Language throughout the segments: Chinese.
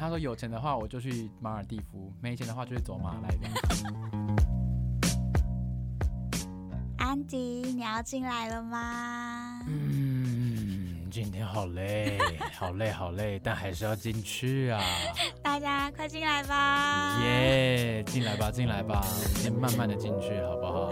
他说有钱的话我就去马尔地夫，没钱的话就去走马来这样子。 安迪，你要进来了吗？ 今天好累，好累，好累，但还是要进去啊！ 大家快进来吧！ 耶，进来吧，进来吧，先慢慢的进去，好不好？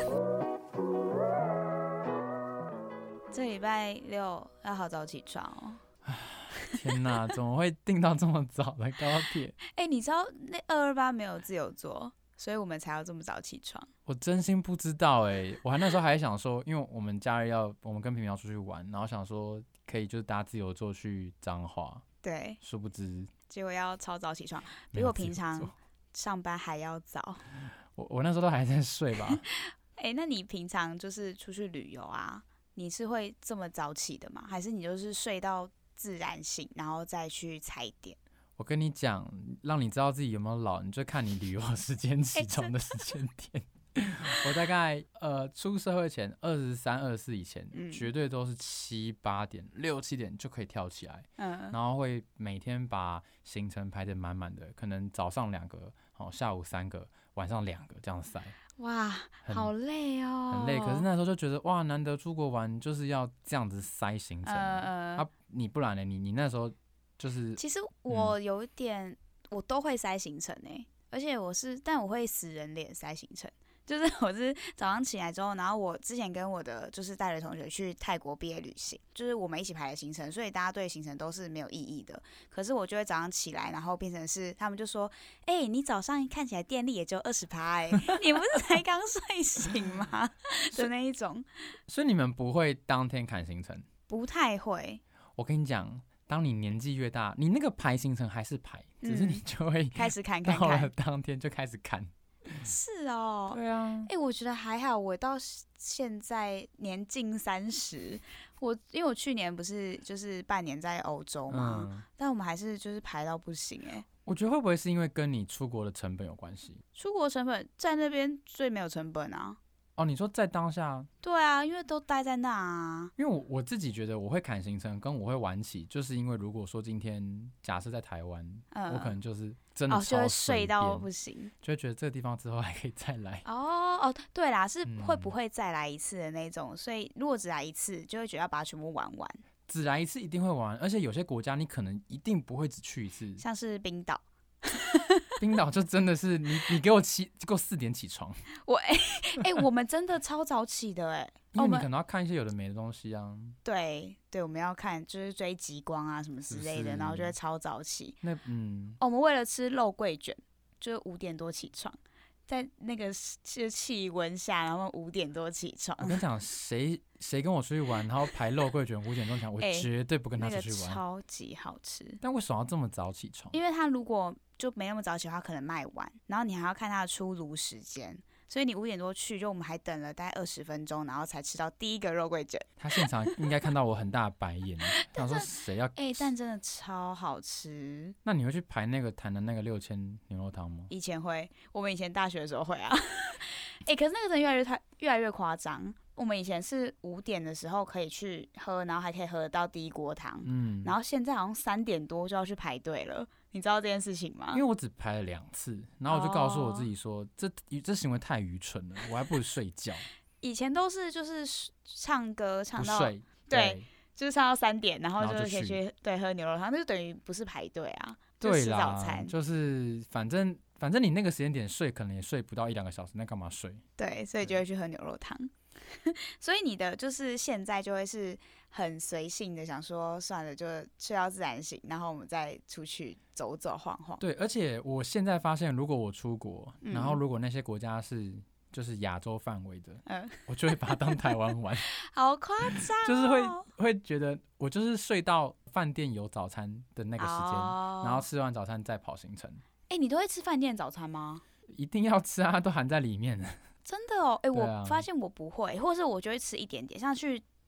这礼拜六要好早起床哦。 天哪，怎么会订到这么早的高铁？ 你知道那228没有自由座，所以我们才要这么早起床。 我真心不知道我那时候还想说，因为我们假日我们跟平平要出去玩，然后想说可以就是搭自由座去彰化， 对， 殊不知结果要超早起床，比我平常上班还要早。 我那时候都还在睡吧。 那你平常就是出去旅游啊，你是会这么早起的吗？还是你就是睡到自然醒，然后再去踩点？ 我跟你讲，让你知道自己有没有老，你就看你旅游时间、起床的时间点。我大概出社会前23、24以前，绝对都是7、8点、6、7点就可以跳起来，然后会每天把行程排得满满的，可能早上2个，下午3个，晚上2个这样塞。 哇，好累哦， 很累。可是那时候就觉得哇，难得出国玩就是要这样子塞行程你不然呢？你那时候就是， 其实我有一点，我都会塞行程而且但我会死人脸塞行程。就是我是早上起来之后，然后我之前跟我的就是大学同学去泰国毕业旅行，就是我们一起排的行程，所以大家对行程都是没有意义的。可是我就会早上起来，然后变成是他们就说：“你早上看起来电力也只有20%你不是才刚睡醒吗？”的那一种。 所以你们不会当天砍行程？ 不太会。 我跟你讲，当你年纪越大，你那个排行程还是排，只是你就会开始看， 到了当天就开始看。 是哦， 对啊， 我觉得还好，我到现在年近30，因为我去年不是就是半年在欧洲嘛，但我们还是就是排到不行我觉得会不会是因为跟你出国的成本有关系？ 出国成本在那边最没有成本啊。 哦，你说在当下？ 对啊，因为都待在那啊。 因为我自己觉得我会砍行程跟我会晚起，就是因为如果说今天假设在台湾，我可能就是真的就会睡到不行， 就会觉得这个地方之后还可以再来。 对啦，是会不会再来一次的那种，所以如果只来一次，就会觉得要把它全部玩完。 只来一次一定会玩，而且有些国家你可能一定不会只去一次， 像是冰岛。 冰岛就真的是你给我4点起床， 我们真的超早起的因为你可能要看一些有的没的东西啊。 对，我们要看就是追极光啊什么之类的，然后就会超早起。 我们为了吃肉桂卷，就5点多起床，在那个气温下，然后5点多起床。 我跟你讲，谁跟我出去玩，然后排肉桂卷5点钟起来，我绝对不跟他出去玩。 那个超级好吃。 但为什么要这么早起床？ 因为他如果就没那么早起的话，可能卖完，然后你还要看他的出炉时间，所以你5点多去，就我们还等了大概20分钟，然后才吃到第一个肉桂卷。 他现场应该看到我很大的白眼，想说谁要？ 但真的超好吃。 那你会去排那个谈的那个6000牛肉汤吗？ 以前会，我们以前大学的时候会啊。可是那个真的越来越夸张。我们以前是5点的时候可以去喝，然后还可以喝得到第一锅汤，然后现在好像3点多就要去排队了。你知道这件事情吗？ 因为我只排了2次，然后我就告诉我自己说，这行为太愚蠢了，我还不如睡觉。 以前都是就是唱歌唱到睡， 对，就是唱到3点，然后就可以去喝牛肉汤，那就等于不是排队啊，就吃早餐。 就是反正你那个时间点睡，可能也睡不到1-2个小时，那干嘛睡？ 对，所以就会去喝牛肉汤。所以你的就是现在就会是很随性的，想说算了，就睡到自然醒，然后我们再出去走走晃晃。 对，而且我现在发现，如果我出国，然后如果那些国家是就是亚洲范围的，我就会把它当台湾玩。 好夸张哦！ 就是会觉得我就是睡到饭店有早餐的那个时间，然后吃完早餐再跑行程。 你都会吃饭店早餐吗？ 一定要吃啊，都含在里面。 真的哦，我发现我不会，或者是我就会吃一点点，像去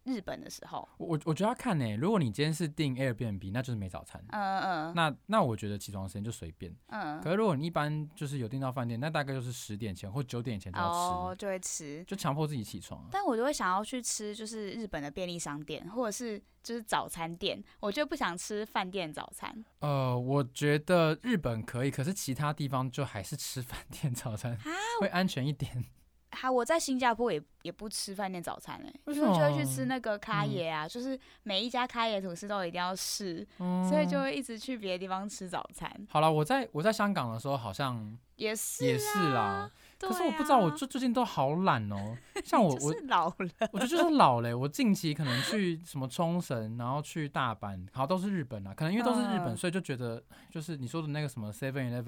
日本的时候。 我觉得要看呢、如果你今天是订 Airbnb， 那就是没早餐。那我觉得起床时间就随便。可是如果你一般就是有订到饭店，那大概就是10点前或9点前就要吃， 就会吃， 就强迫自己起床。 但我就会想要去吃就是日本的便利商店，或者是就是早餐店，我就不想吃饭店早餐。 我觉得日本可以，可是其他地方就还是吃饭店早餐会安全一点。 我在新加坡也不吃饭店早餐为什么？ 因为就会去吃那个咖椰啊，就是每一家咖椰吐司都一定要试，所以就会一直去别的地方吃早餐。 好啦，我在香港的时候好像也是啦。可是我不知道，我最近都好懒哦。像我就是老了， 我觉得就是老了。我近期可能去什么冲绳，然后去大阪，好都是日本啊。可能因为都是日本，所以就觉得就是你说的那个什么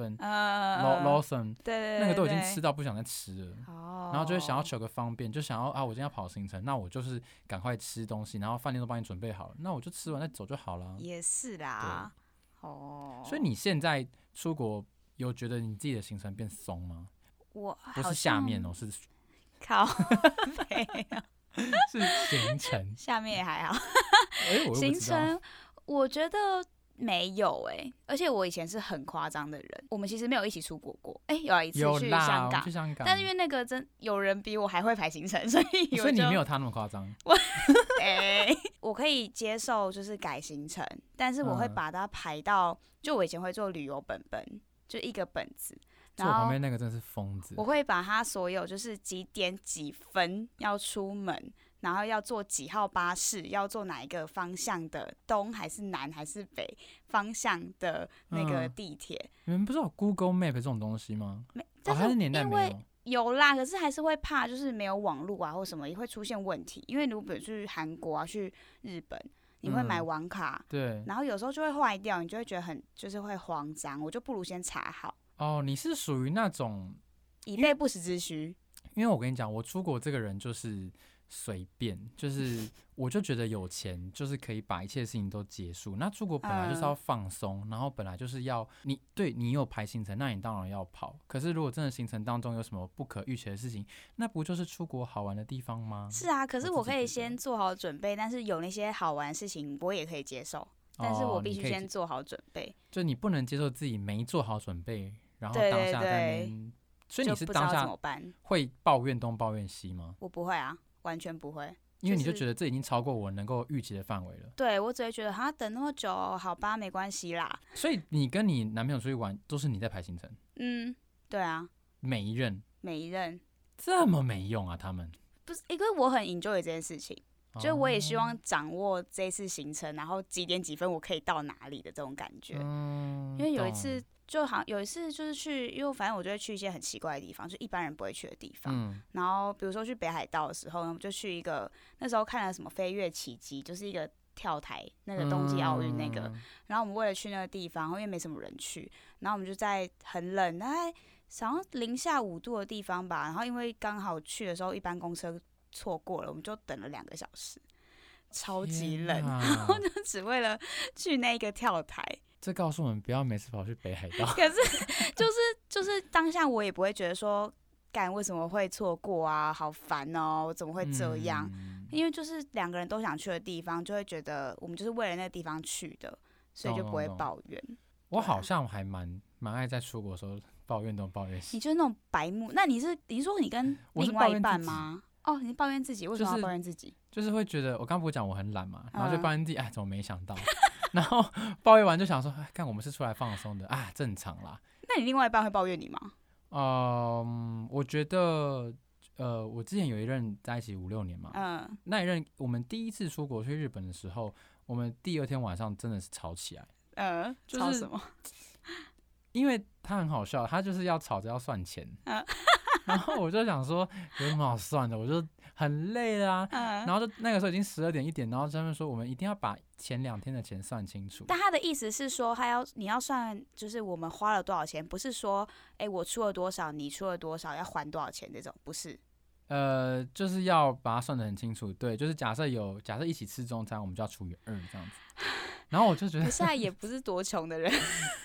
7-Eleven、Lawson， 对， 那个都已经吃到不想再吃了。然后就会想要求个方便，就想要我今天要跑行程，那我就是赶快吃东西，然后饭店都帮你准备好了，那我就吃完再走就好了。 也是啦。 所以你现在出国有觉得你自己的行程变松吗？ 我不是下面哦，是靠没有是行程， 下面也还好。 我行程我觉得没有而且我以前是很夸张的人。我们其实没有一起出国过，有一次去香港，但是因为那个有人比我还会排行程，所以你没有他那么夸张。 我可以接受就是改行程，但是我会把它排到，就我以前会做旅游本，就一个本子。 坐我旁边那个真是疯子。 我会把他所有就是几点几分要出门，然后要坐几号巴士，要坐哪一个方向的，东还是南还是北方向的那个地铁。 你们不是有 Google Map 这种东西吗？ 但是年代没有。 有啦，可是还是会怕，就是没有网络啊或什么也会出现问题。因为如果去韩国啊、去日本，你会买网卡， 对， 然后有时候就会坏掉，你就会觉得就是会慌张，我就不如先查好。 你是属于那种以备不时之需。 因为我跟你讲，我出国这个人就是随便，就是我就觉得有钱就是可以把一切事情都结束。那出国本来就是要放松，然后本来就是要你有排行程，那你当然要跑。可是如果真的行程当中有什么不可预期的事情，那不就是出国好玩的地方吗？ 是啊，可是我可以先做好准备，但是有那些好玩的事情我也可以接受，但是我必须先做好准备。 就你不能接受自己没做好准备，然后当下在那边，所以你是当下会抱怨东抱怨西吗？ 我不会啊，完全不会， 因为你就觉得这已经超过我能够预期的范围了。 对，我只会觉得等那么久，好吧，没关系啦。 所以你跟你男朋友出去玩都是你在排行程？ 对啊， 每一任这么没用啊？他们不是因为我很 enjoy 这件事情，就是我也希望掌握这次行程，然后几点几分我可以到哪里的这种感觉。因为有一次就是去，因为反正我就会去一些很奇怪的地方，就一般人不会去的地方。然后比如说去北海道的时候，我们就去一个那时候看了什么飞跃奇迹，就是一个跳台，那个冬季奥运那个。然后我们为了去那个地方，因为没什么人去，然后我们就在很冷，大概好像零下5度的地方吧。然后因为刚好去的时候一班公车错过了，我们就等了2个小时，超级冷，然后就只为了去那个跳台。 这告诉我们不要每次跑去北海道。 可是就是当下我也不会觉得说干为什么会错过啊，好烦哦，怎么会这样？因为就是2个人都想去的地方，就会觉得我们就是为了那个地方去的，所以就不会抱怨。 我好像还蛮爱在出国的时候抱怨东抱怨西。 你就是那种白目？那你说你跟另外一半吗？你抱怨自己，为什么要抱怨自己？ 就是会觉得我刚不是讲我很懒嘛，然后就抱怨自己，怎么没想到？然后抱怨完就想说，看我们是出来放松的正常啦。 那你另外一半会抱怨你吗？ 我觉得，我之前有一任在一起5、6年嘛，那一任我们第一次出国去日本的时候，我们第2天晚上真的是吵起来。 吵什么？ 因为他很好笑，他就是要吵着要算钱。然后我就想说有什么好算的，我就很累啦。然后就那个时候已经12点1点，然后他们说我们一定要把前2天的钱算清楚。 但他的意思是说你要算，就是我们花了多少钱，不是说我出了多少你出了多少要还多少钱这种，不是。 就是要把它算得很清楚。对，就是假设一起吃中餐，我们就要除以2这样子。然后我就觉得现在也不是多穷的人。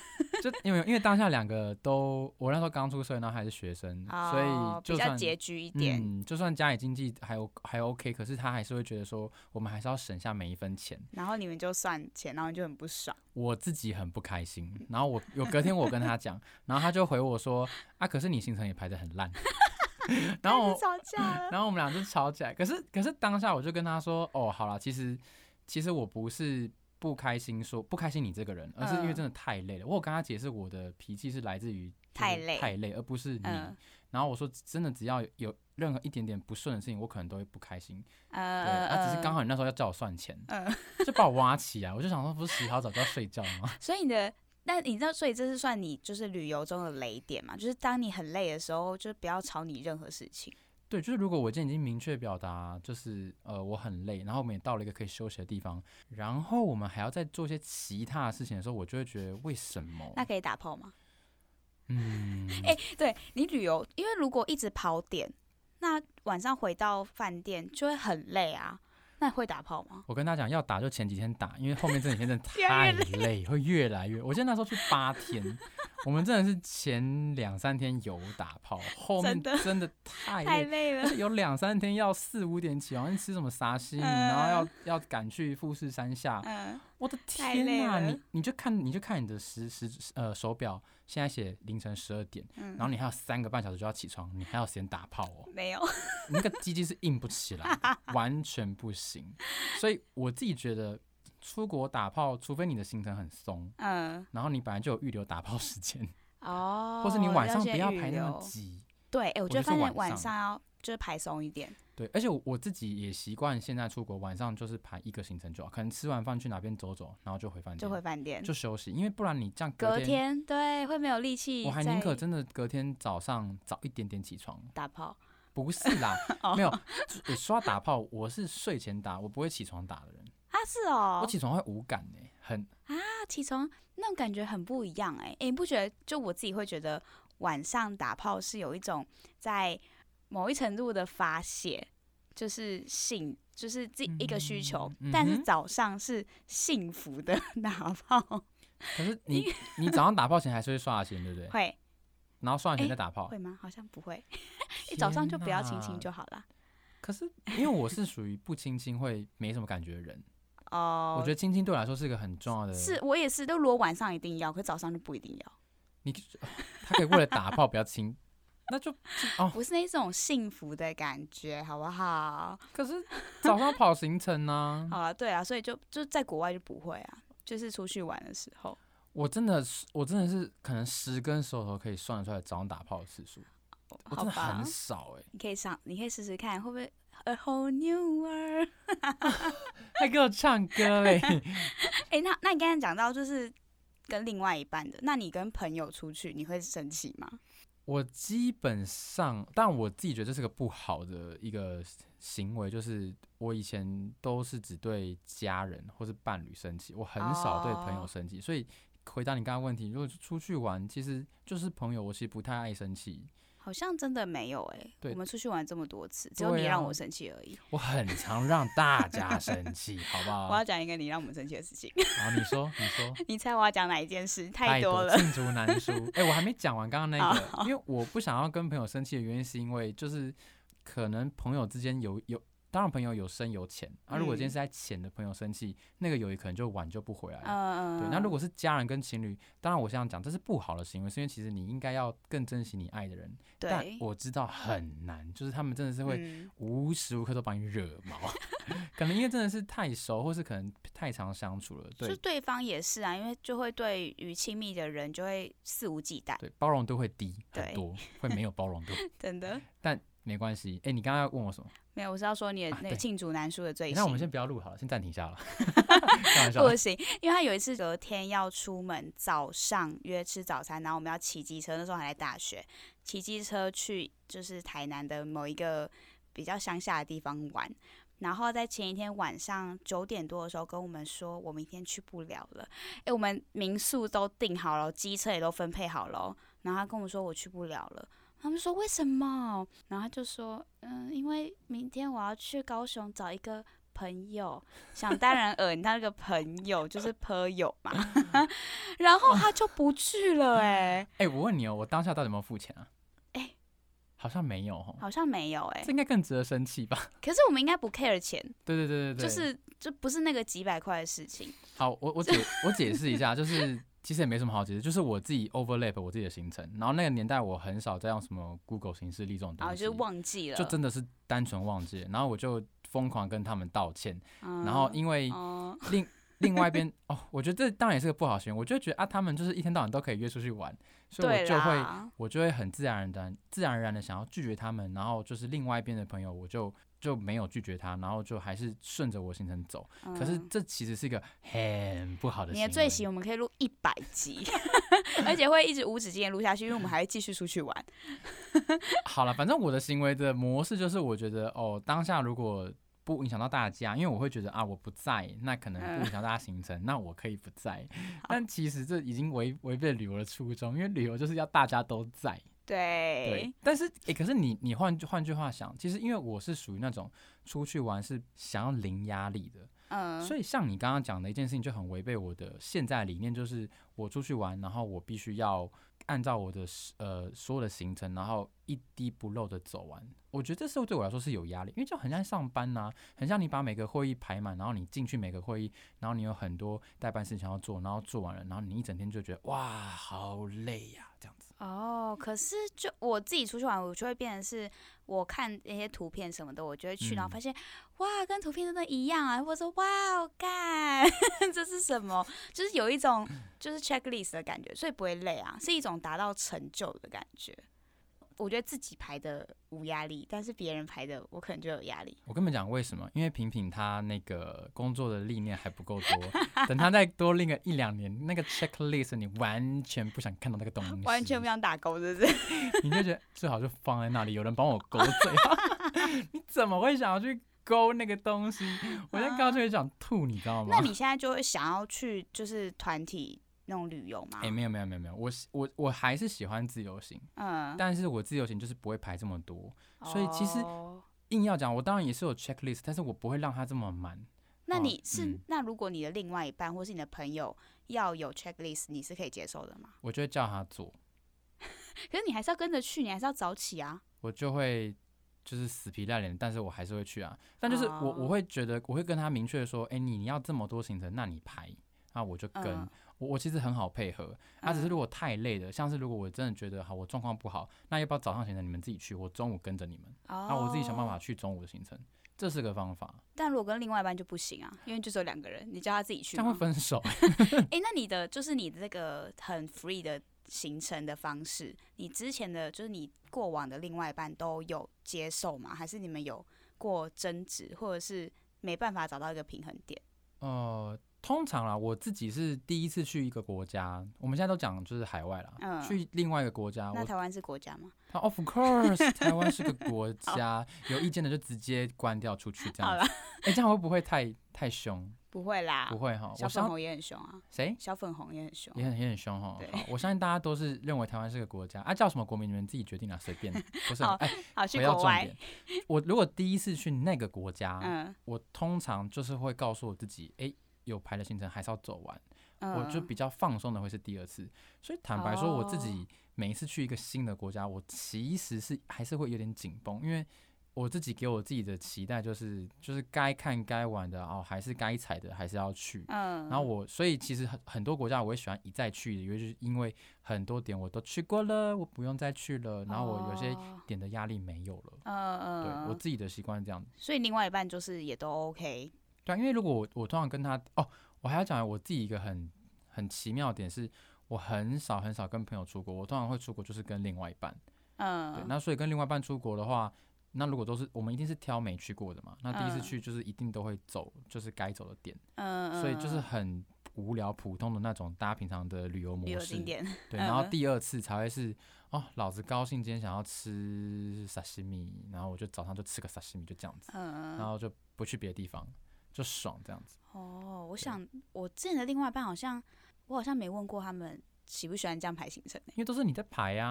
就因为当下两个都，我那时候刚出社会，然后还是学生，所以就算比较拮据一点， 就算家里经济还 OK， 可是他还是会觉得说，我们还是要省下每一分钱。 然后你们就算钱，然后你就很不爽。 我自己很不开心，然后隔天我跟他讲，然后他就回我说啊，可是你行程也排得很烂。然后吵架了， 然后我们俩就吵起来。可是当下我就跟他说，哦，好啦，其实我不是不开心你这个人，而是因为真的太累了。我有跟他解释我的脾气是来自于太累，而不是你。然后我说真的，只要有任何一点点不顺的事情，我可能都会不开心。对，他只是刚好你那时候要叫我算钱，就把我挖起来。我就想说，不是洗好澡就要睡觉吗？ 所以但你知道，所以这是算你就是旅游中的雷点嘛？就是当你很累的时候，就是不要吵你任何事情。 对，就是如果我今天已经明确表达，就是我很累，然后我们也到了一个可以休息的地方，然后我们还要再做一些其他的事情的时候，我就会觉得为什么？ 那可以打炮吗？对你旅游，因为如果一直跑点，那晚上回到饭店就会很累啊。那你会打炮吗？ 我跟他讲，要打就前几天打，因为后面这几天真的太累，会越来越。我记得那时候去8天，我们真的是前2-3天有打炮，后面真的太累了，而且有2-3天要4、5点起床，吃什么沙西米，然后要赶去富士山下。我的天啊！你就看你的手表，现在写凌晨12点，然后你还有3个半小时就要起床，你还有时间打炮哦？ 没有， 你那个鸡鸡是硬不起来的，完全不行。所以我自己觉得，出国打炮，除非你的行程很松，然后你本来就有预留打炮时间，或是你晚上不要排那么挤。 对，我觉得发现晚上要就是排松一点。 对，而且我自己也习惯现在出国晚上就是排一个行程就好，可能吃完饭去哪边走走，然后就回饭店，就休息，因为不然你这样隔天对会没有力气。 我还宁可真的隔天早上早一点点起床打炮。 不是啦，没有，我说到打炮，我是睡前打，我不会起床打的人。 是哦， 我起床会无感起床那种感觉很不一样你不觉得？就我自己会觉得晚上打炮是有一种在某一程度的发泄，就是性，就是自己一个需求，但是早上是幸福的打炮。 可是你早上打炮前还是会刷牙前，对不对？ 会。 然后刷完钱再打炮？ 会吗？好像不会，一早上就不要亲亲就好了。 可是因为我是属于不亲亲会没什么感觉的人。我觉得亲亲对我来说是一个很重要的。 是我也是，就如果晚上一定要，可是早上就不一定要。 他可以为了打炮不要亲，那就不是那种幸福的感觉，好不好？ 可是早上跑行程啊。 好了，对啊，所以就在国外就不会啊，就是出去玩的时候。 我真的是可能10根手头可以算得出来早上打炮的次数，我真的很少你可以试试看，会不会 A whole new world？ 还给我唱歌嘞！ 那你刚才讲到就是跟另外一半的，那你跟朋友出去，你会生气吗？ 我基本上，但我自己觉得这是个不好的一个行为，就是我以前都是只对家人或是伴侣生气，我很少对朋友生气，所以。回答你刚刚问题，如果出去玩，其实就是朋友，我其实不太爱生气。 好像真的没有我们出去玩这么多次，只有你让我生气而已。 我很常让大家生气，好不好？ 我要讲一个你让我们生气的事情。 好，你说， 你猜我要讲哪一件事？太多了， 罄竹难书。我还没讲完刚刚那个，因为我不想要跟朋友生气的原因，是因为就是可能朋友之间有。当然，朋友有深有浅如果今天是在浅的朋友生气，那个友谊可能就挽救不回来了。对，那如果是家人跟情侣，当然我这样讲，这是不好的行为，是因为其实你应该要更珍惜你爱的人。 对， 但我知道很难，就是他们真的是会无时无刻都把你惹毛，可能因为真的是太熟，或是可能太常相处了。对， 就对方也是啊，因为就会对于亲密的人就会肆无忌惮， 对，包容度会低很多，会没有包容度。 真的， 但没关系。你刚刚要问我什么？ 没有，我是要说你的那个罄竹难书的罪行。 那我们先不要录好了，先暂停一下了。 不行，因为他有一次隔天要出门，早上约吃早餐，然后我们要骑机车，那时候还在大学，骑机车去就是台南的某一个比较乡下的地方玩。然后在前一天晚上9点多的时候跟我们说，我明天去不了了。我们民宿都订好了，机车也都分配好了，然后他跟我们说我去不了了。他们说为什么？然后他就说，因为明天我要去高雄找一个朋友，想当然尔，他那个朋友就是朋友嘛，然后他就不去了我问你哦，我当下到底有没有付钱啊？好像没有哦， 好像没有这应该更值得生气吧？ 可是我们应该不 care 钱， 对， 就不是那个几百块的事情。 好，我解释一下，就是其实也没什么好解释，就是我自己 overlap 我自己的行程，然后那个年代我很少在用什么 Google 行事历这种东西， 就忘记了， 就真的是单纯忘记了，然后我就疯狂跟他们道歉，然后因为另外一边我觉得这当然也是个不好行为，我就觉得他们就是一天到晚都可以约出去玩，所以我就会很自然而然的想要拒绝他们，然后就是另外一边的朋友我就没有拒绝他，然后就还是顺着我行程走。可是这其实是一个很不好的行为。 你的罪行我们可以录100集，而且会一直无止境的录下去，因为我们还会继续出去玩。 好了，反正我的行为的模式就是，我觉得当下如果不影响到大家，因为我会觉得我不在，那可能不影响大家行程，那我可以不在。但其实这已经违背旅游的初衷，因为旅游就是要大家都在。对，但是可是你换句话想，其实因为我是属于那种出去玩是想要零压力的，所以像你刚刚讲的一件事情就很违背我的现在理念，就是我出去玩，然后我必须要按照我的所有的行程，然后一滴不漏的走完。我觉得这时候对我来说是有压力，因为就很像上班啊，很像你把每个会议排满，然后你进去每个会议，然后你有很多代办事情要做，然后做完了，然后你一整天就觉得哇好累呀，这样子。 可是就我自己出去玩，我就会变成是我看那些图片什么的，我就会去，然后发现哇，跟图片真的一样啊，或者说哇，我干，这是什么？就是有一种就是 checklist 的感觉，所以不会累啊，是一种达到成就的感觉。我觉得自己排的无压力，但是别人排的我可能就有压力。 我跟你们讲为什么？因为平平他那个工作的历练还不够多，等他再多练个1-2年，那个 checklist 你完全不想看到那个东西， 完全不想打勾，是不是？ 你就觉得最好就放在那里，有人帮我勾最好。你怎么会想要去勾那个东西？我现在刚刚就会想吐，你知道吗？ 那你现在就会想要去就是团体那种旅游吗？ 没有，我还是喜欢自由行，但是我自由行就是不会排这么多，所以其实硬要讲，我当然也是有 checklist， 但是我不会让它这么满。 那你是、那如果你的另外一半或是你的朋友要有 checklist， 你是可以接受的吗？ 我就会叫他做， 可是你还是要跟着去，你还是要早起啊。 我就会就是死皮赖脸，但是我还是会去啊。但就是我会觉得，我会跟他明确的说，你要这么多行程，那你排，那我就跟。我其实很好配合，只是如果太累了，像是如果我真的觉得好，我状况不好，那要不要早上行程你们自己去，我中午跟着你们，我自己想办法去中午的行程，这是个方法。 但如果跟另外一半就不行啊，因为就只有2个人，你叫他自己去， 这样会分手。 那你的就是你的这个很 free 的行程的方式，你之前的就是你过往的另外一半都有接受吗？还是你们有过争执，或者是没办法找到一个平衡点？ 通常啦，我自己是第一次去一个国家，我们现在都讲就是海外啦，去另外一个国家。 那台湾是国家吗 ？Of course， 台湾是个国家，有意见的就直接关掉出去这样子。这样会不会太凶？ 不会啦， 不会哈。 小粉红也很凶啊。 谁？ 小粉红也很凶， 也很凶哈。我相信大家都是认为台湾是个国家叫什么国民你们自己决定啦，随便。不是， 好去国外。 国外。 我如果第一次去那个国家，我通常就是会告诉我自己，有排的行程还是要走完，我就比较放松的会是第2次。所以坦白说，我自己每一次去一个新的国家，我其实还是会有点紧绷，因为我自己给我自己的期待就是该看该玩的还是该踩的还是要去。然后所以其实很多国家我会喜欢一再去的，就是因为很多点我都去过了，我不用再去了，然后我有些点的压力没有了。对，我自己的习惯是这样子。 所以另外一半就是也都 OK。 对，因为如果我通常跟他我还要讲我自己一个很奇妙的点是，我很少跟朋友出国，我通常会出国就是跟另外一半。对，那所以跟另外一半出国的话，那如果都是我们一定是挑没去过的嘛，那第一次去就是一定都会走就是该走的点。所以就是很无聊普通的那种大家平常的旅游模式。对，然后第2次才会是老子高兴今天想要吃沙西米，然后我就早上就吃个沙西米就这样子，然后就不去别的地方。就爽这样子。 我想我之前的另外一半我好像没问过他们喜不喜欢这样排行程。 因为都是你在排啊。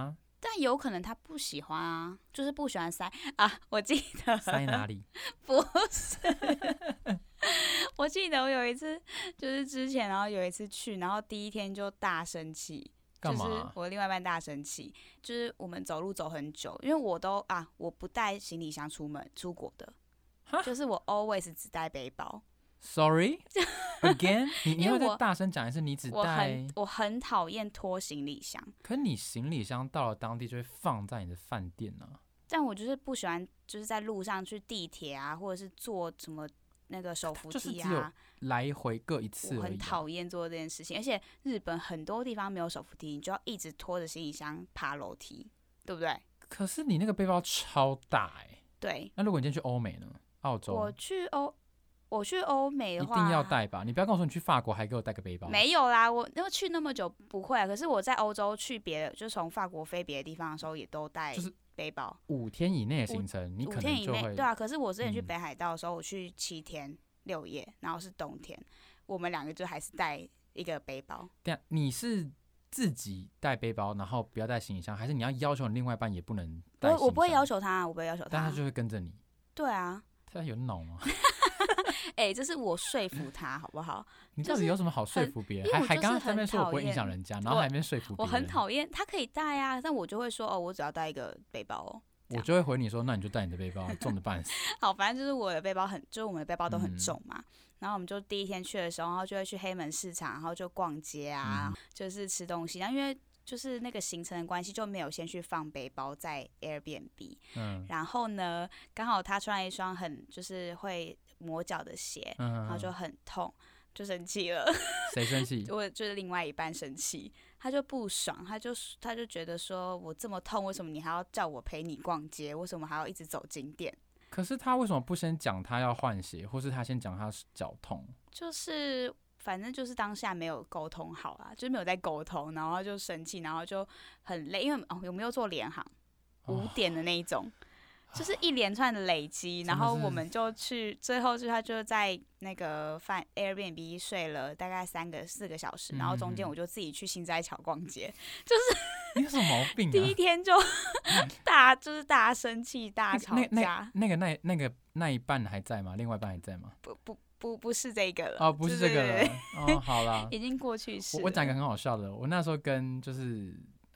但有可能他不喜欢啊，就是不喜欢塞啊。我记得塞哪里？ 不是，我记得我有一次就是之前，然后有一次去，然后第一天就大生气。 干嘛？ 就是我另外一半大生气，就是我们走路走很久，因为我不带行李箱出国的，就是我 always 只带背包。 Sorry again， 你会再大声讲一次，你只带。 我很讨厌拖行李箱。 可是你行李箱到了当地就会放在你的饭店啊。 但我就是不喜欢，就是在路上去地铁啊，或者是坐什么那个手扶梯啊， 就是只有来回各一次而已。 我很讨厌做这件事情，而且日本很多地方没有手扶梯，你就要一直拖着行李箱爬楼梯，对不对？ 可是你那个背包超大对。 那如果你今天去欧美呢？澳洲？ 我去欧美的话， 一定要带吧？你不要跟我说你去法国还给我带个背包。 没有啦，我因为去那么久不会啊。可是我在欧洲去别的，就从法国飞别的地方的时候，也都带背包。 5天以内的行程，你可能就会。 对啊。可是我之前去北海道的时候，我去7天6夜，然后是冬天，我们2个就还是带一个背包。 对啊，你是自己带背包，然后不要带行李箱，还是你要求你另外一半也不能带行李箱？ 我不会要求他， 但他就会跟着你。 对啊。 他有脑吗？ 这是我说服他，好不好？ 你到底有什么好说服别人？还刚刚在那边说我不会影响人家，然后还没说服别人。 我很讨厌，他可以带啊，但我就会说我只要带一个背包哦。 我就会回你说，那你就带你的背包，重的半死。 好，反正就是我的背包就是我们的背包都很重嘛。然后我们就第一天去的时候，然后就会去黑门市场，然后就逛街啊，就是吃东西。然后因为就是那个行程的关系，就没有先去放背包在 Airbnb。然后呢，刚好他穿了一双就是会磨脚的鞋，然后就很痛，就生气了。 谁生气？ 我就是另外一半生气，他就不爽，他就觉得说我这么痛，为什么你还要叫我陪你逛街？为什么还要一直走景点？ 可是他为什么不先讲他要换鞋，或是他先讲他脚痛？ 就是反正就是当下没有沟通好啦，就是没有在沟通，然后就生气，然后就很累，因为有没有做联航5点的那一种。就是一连串的累积，然后我们就去，最后他就在那个Airbnb 睡了大概3个4个小时，然后中間我就自己去心斋桥逛街，就是你有什么毛病啊？ 第一天就就是大生气大吵架。 那一半还在吗？另外一半还在吗？ 不是这个了。 哦，不是这个了。哦，好啦， 已经过去式了。 我讲一个很好笑的，我那时候跟就是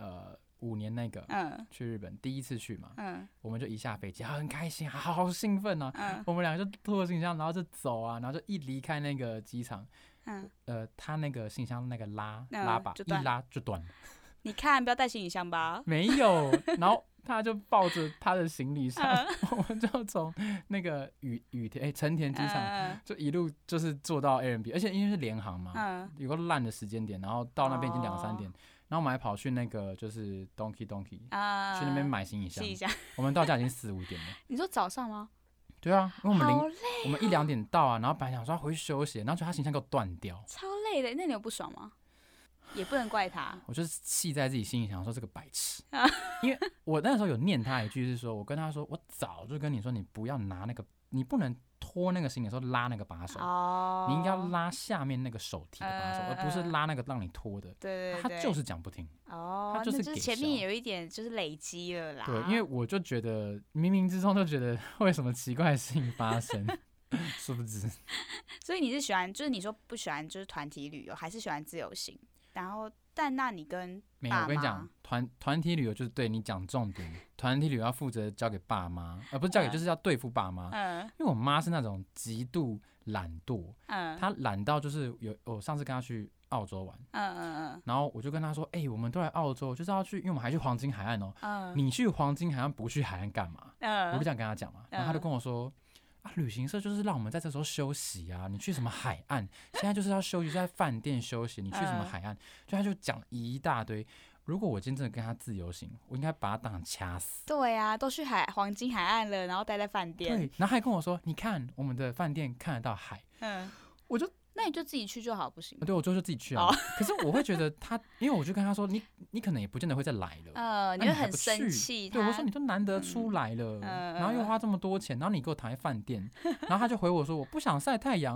5年那个去日本第一次去嘛，我们就一下飞机很开心，好兴奋啊！我们2个就拖着行李箱，然后就走啊，然后就一离开那个机场，他那个行李箱那个拉把一拉就断了。 你看，不要带行李箱吧。 没有，然后他就抱着他的行李箱，我们就从那个成田机场就一路就是坐到 Airbnb， 而且因为是联航嘛，有个烂的时间点，然后到那边已经2、3点。然后我们还跑去那个就是 Donkey 去那边买行李箱。我们到家已经4、5点了。 你说早上吗？ 对啊，因为我们1、2点到啊，然后本来想说要回去休息，然后就他行李箱给我断掉， 超累的。那你有不爽吗？也不能怪他。 我就是气在自己心里，想说这个白痴。因为我那时候有念他一句，是说我跟他说，我早就跟你说，你不要拿那个，你不能拖那个行李的时候拉那个把手，你应该要拉下面那个手提的把手，而不是拉那个让你拖的。 对， 他就是讲不听。他就是给前面有一点就是累积了啦。 对，因为我就觉得冥冥之中就觉得会有什么奇怪的事情发生，殊不知。 所以你是喜欢，就是你说不喜欢就是团体旅游，还是喜欢自由行？然后，但那你跟没有，我跟你讲，团体旅游就是对你讲重点，团体旅游要负责交给爸妈，而不是交给就是要对付爸妈。因为我妈是那种极度懒惰，她懒到就是我上次跟她去澳洲玩，然后我就跟她说，我们都来澳洲，就是要去，因为我们还去黄金海岸哦。你去黄金海岸不去海岸干嘛？我就这样跟她讲嘛，然后她就跟我说。旅行社就是让我们在这时候休息啊！你去什么海岸？现在就是要休息，在饭店休息。你去什么海岸？他就讲一大堆。如果我今天真的跟他自由行，我应该把他当场掐死。 对啊，都去黄金海岸了，然后待在饭店。 对，然后还跟我说：“你看我们的饭店看得到海。”我就那你就自己去就好，不行吗？ 对，我就自己去啊。可是我会觉得他，因为我就跟他说，你可能也不见得会再来了。 你会很生气。 对，我说你都难得出来了，然后又花这么多钱，然后你给我躺在饭店，然后他就回我说我不想晒太阳。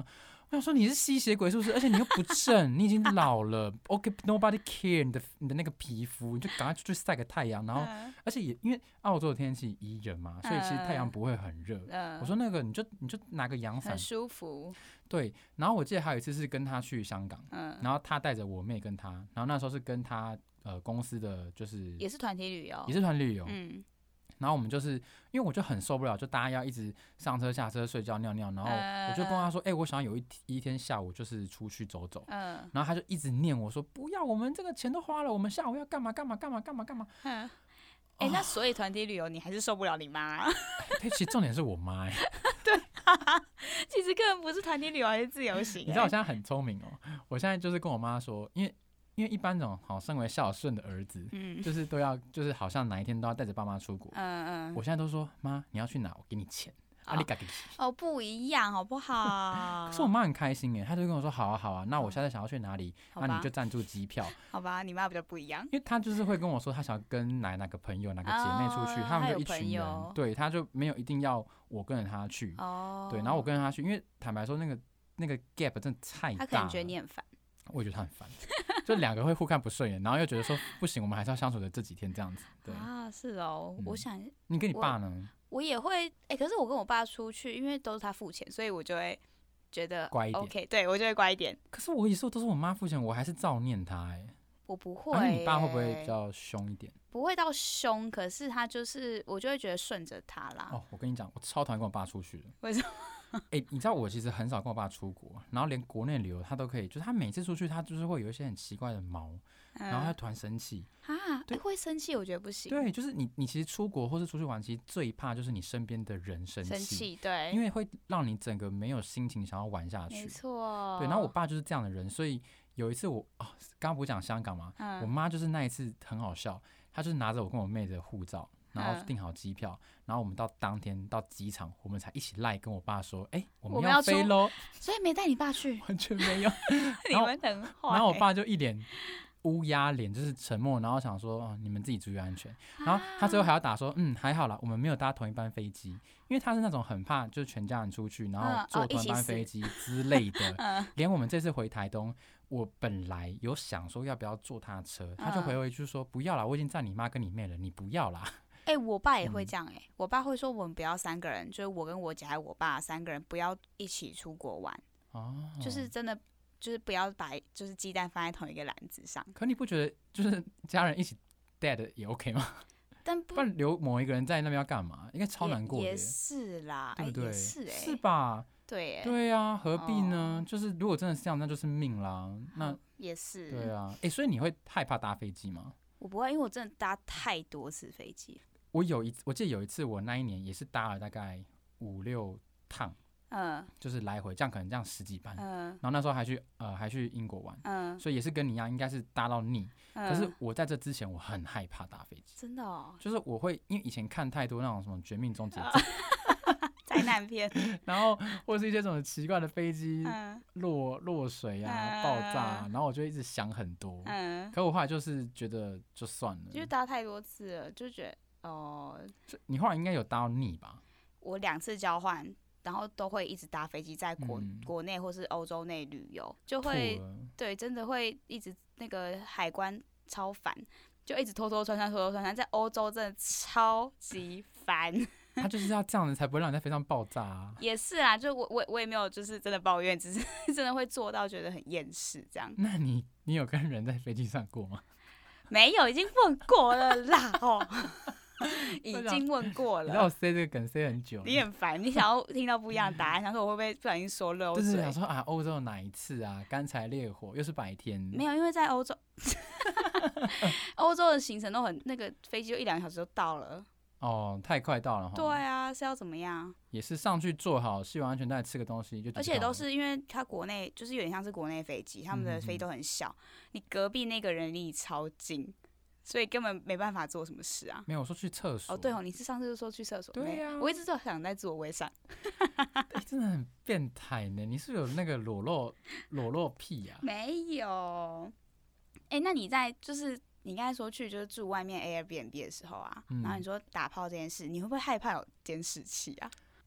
我想说你是吸血鬼是不是？而且你又不正，你已经老了。OK，nobody care 你的那个皮肤，你就赶快出去晒个太阳。然后，而且也因为澳洲的天气宜人嘛，所以其实太阳不会很热。我说那个你就拿个阳伞， 很舒服。 对，然后我记得还有一次是跟他去香港，然后他带着我妹跟他，然后那时候是跟他公司的就是也是团体旅游， 也是团体旅游，然后我们就是因为我就很受不了，就大家要一直上车下车睡觉尿尿，然后我就跟他说，我想要有一天下午就是出去走走，然后他就一直念我说不要，我们这个钱都花了，我们下午要干嘛干嘛干嘛干嘛干嘛。 那所以团体旅游你还是受不了你妈？ 其实重点是我妈对，其实根本不是团体旅游，还是自由行。 你知道我现在很聪明哦，我现在就是跟我妈说，因为一般这种身为孝顺的儿子，就是都要就是好像哪一天都要带着爸妈出国，我现在都说妈你要去哪我给你钱，你自己去。 不一样好不好？ 可是我妈很开心耶，她就跟我说好啊好啊，那我现在想要去哪里，那你就赞助机票。 好吧，你妈比较不一样， 因为她就是会跟我说她想要跟哪个朋友哪个姐妹出去，他们就一群人，对，她就没有一定要我跟着她去，对，然后我跟着她去，因为坦白说那个 gap 真的太大了， 她可能觉得你很烦。 我也觉得他很烦，就两个会互看不顺眼，然后又觉得说不行，我们还是要相处的这几天这样子。对啊，是哦，我想你跟你爸呢？ 我也会，可是我跟我爸出去，因为都是他付钱，所以我就会觉得乖一点。 OK， 对我就会乖一点。 可是我有时候都是我妈付钱，我还是照念他我不会。 你爸会不会比较凶一点？ 不会到凶，可是他就是我就会觉得顺着他啦。 我跟你讲，我超讨厌跟我爸出去的。 为什么？ 你知道我其实很少跟我爸出国，然后连国内旅游他都可以，就是他每次出去他就是会有一些很奇怪的毛，然后他突然生气会生气，我觉得不行。 对，就是你其实出国或是出去玩，其实最怕就是你身边的人生气， 对， 因为会让你整个没有心情想要玩下去。 没错。 对，然后我爸就是这样的人，所以有一次刚刚不是讲香港吗？我妈就是那一次很好笑，她就是拿着我跟我妹的护照，然后订好机票，然后我们到当天到机场，我们才一起赖跟我爸说，我们要飞咯。 所以没带你爸去， 完全没有。 你们很坏。 然后我爸就一脸乌鸦脸，就是沉默，然后想说你们自己注意安全。然后他最后还要打说还好啦，我们没有搭同一班飞机，因为他是那种很怕就是全家人出去，然后坐同一班飞机之类的。连我们这次回台东，我本来有想说要不要坐他车，他就回去说不要啦，我已经载你妈跟你妹了，你不要啦。 我爸也会这样我爸会说我们不要3个人，就是我跟我姐还有我爸3个人不要一起出国玩，就是真的就是不要把就是鸡蛋放在同一个篮子上。 可你不觉得就是家人一起 dead 也 OK 吗？ 但不然留某一个人在那边要干嘛？应该超难过的。 也是啦， 对不对？ 是吧？ 对啊，何必呢？就是如果真的是这样，那就是命啦。那也是。 对啊，所以你会害怕搭飞机吗？ 我不会，因为我真的搭太多次飞机。 我记得有一次，我那一年也是搭了大概5、6趟，就是来回，这样可能这样10几班，然后那时候还去英国玩，所以也是跟你一样，应该是搭到腻。可是我在这之前，我很害怕搭飞机， 真的就是我会因为以前看太多那种什么《绝命终结者》 灾难片， 然后或是一些什么奇怪的飞机落水啊、爆炸然后我就一直想很多。可我后来就是觉得就算了， 就搭太多次了，就觉得你后来应该有搭到腻吧？ 我2次交换，然后都会一直搭飞机在国内或是欧洲内旅游，就会对真的会一直那个海关超烦，就一直拖拖穿穿，在欧洲真的超级烦。 他就是要这样子才不会让你在飞机上爆炸啊。 也是啦，就我也没有就是真的抱怨，只是真的会做到觉得很厌世这样。 那你有跟人在飞机上过吗？ 没有，已经问过了啦已经问过了。 你知道我塞这个梗塞很久。 你很烦，你想要听到不一样的答案，想说我会不会不小心说漏嘴？ 就是想说欧洲哪一次啊，干柴烈火，又是白天。 没有，因为在欧洲，欧洲的行程都很那个飞机就1-2个小时就到了。 太快到了。 对啊，是要怎么样？ 也是上去坐好，系完安全带，吃个东西就。 而且都是因为它国内就是有点像是国内飞机，他们的飞机都很小，你隔壁那个人离你超近。所以根本没办法做什么事啊！ 没有，我说去厕所。 对你是上次就说去厕所。 对啊， 我一直都想在座位上。 真的很变态呢！你是不是有那个裸露癖啊？ 没有。那你在就是你刚才说去就是住外面 Airbnb 的时候啊，然后你说打炮这件事，你会不会害怕有监视器啊？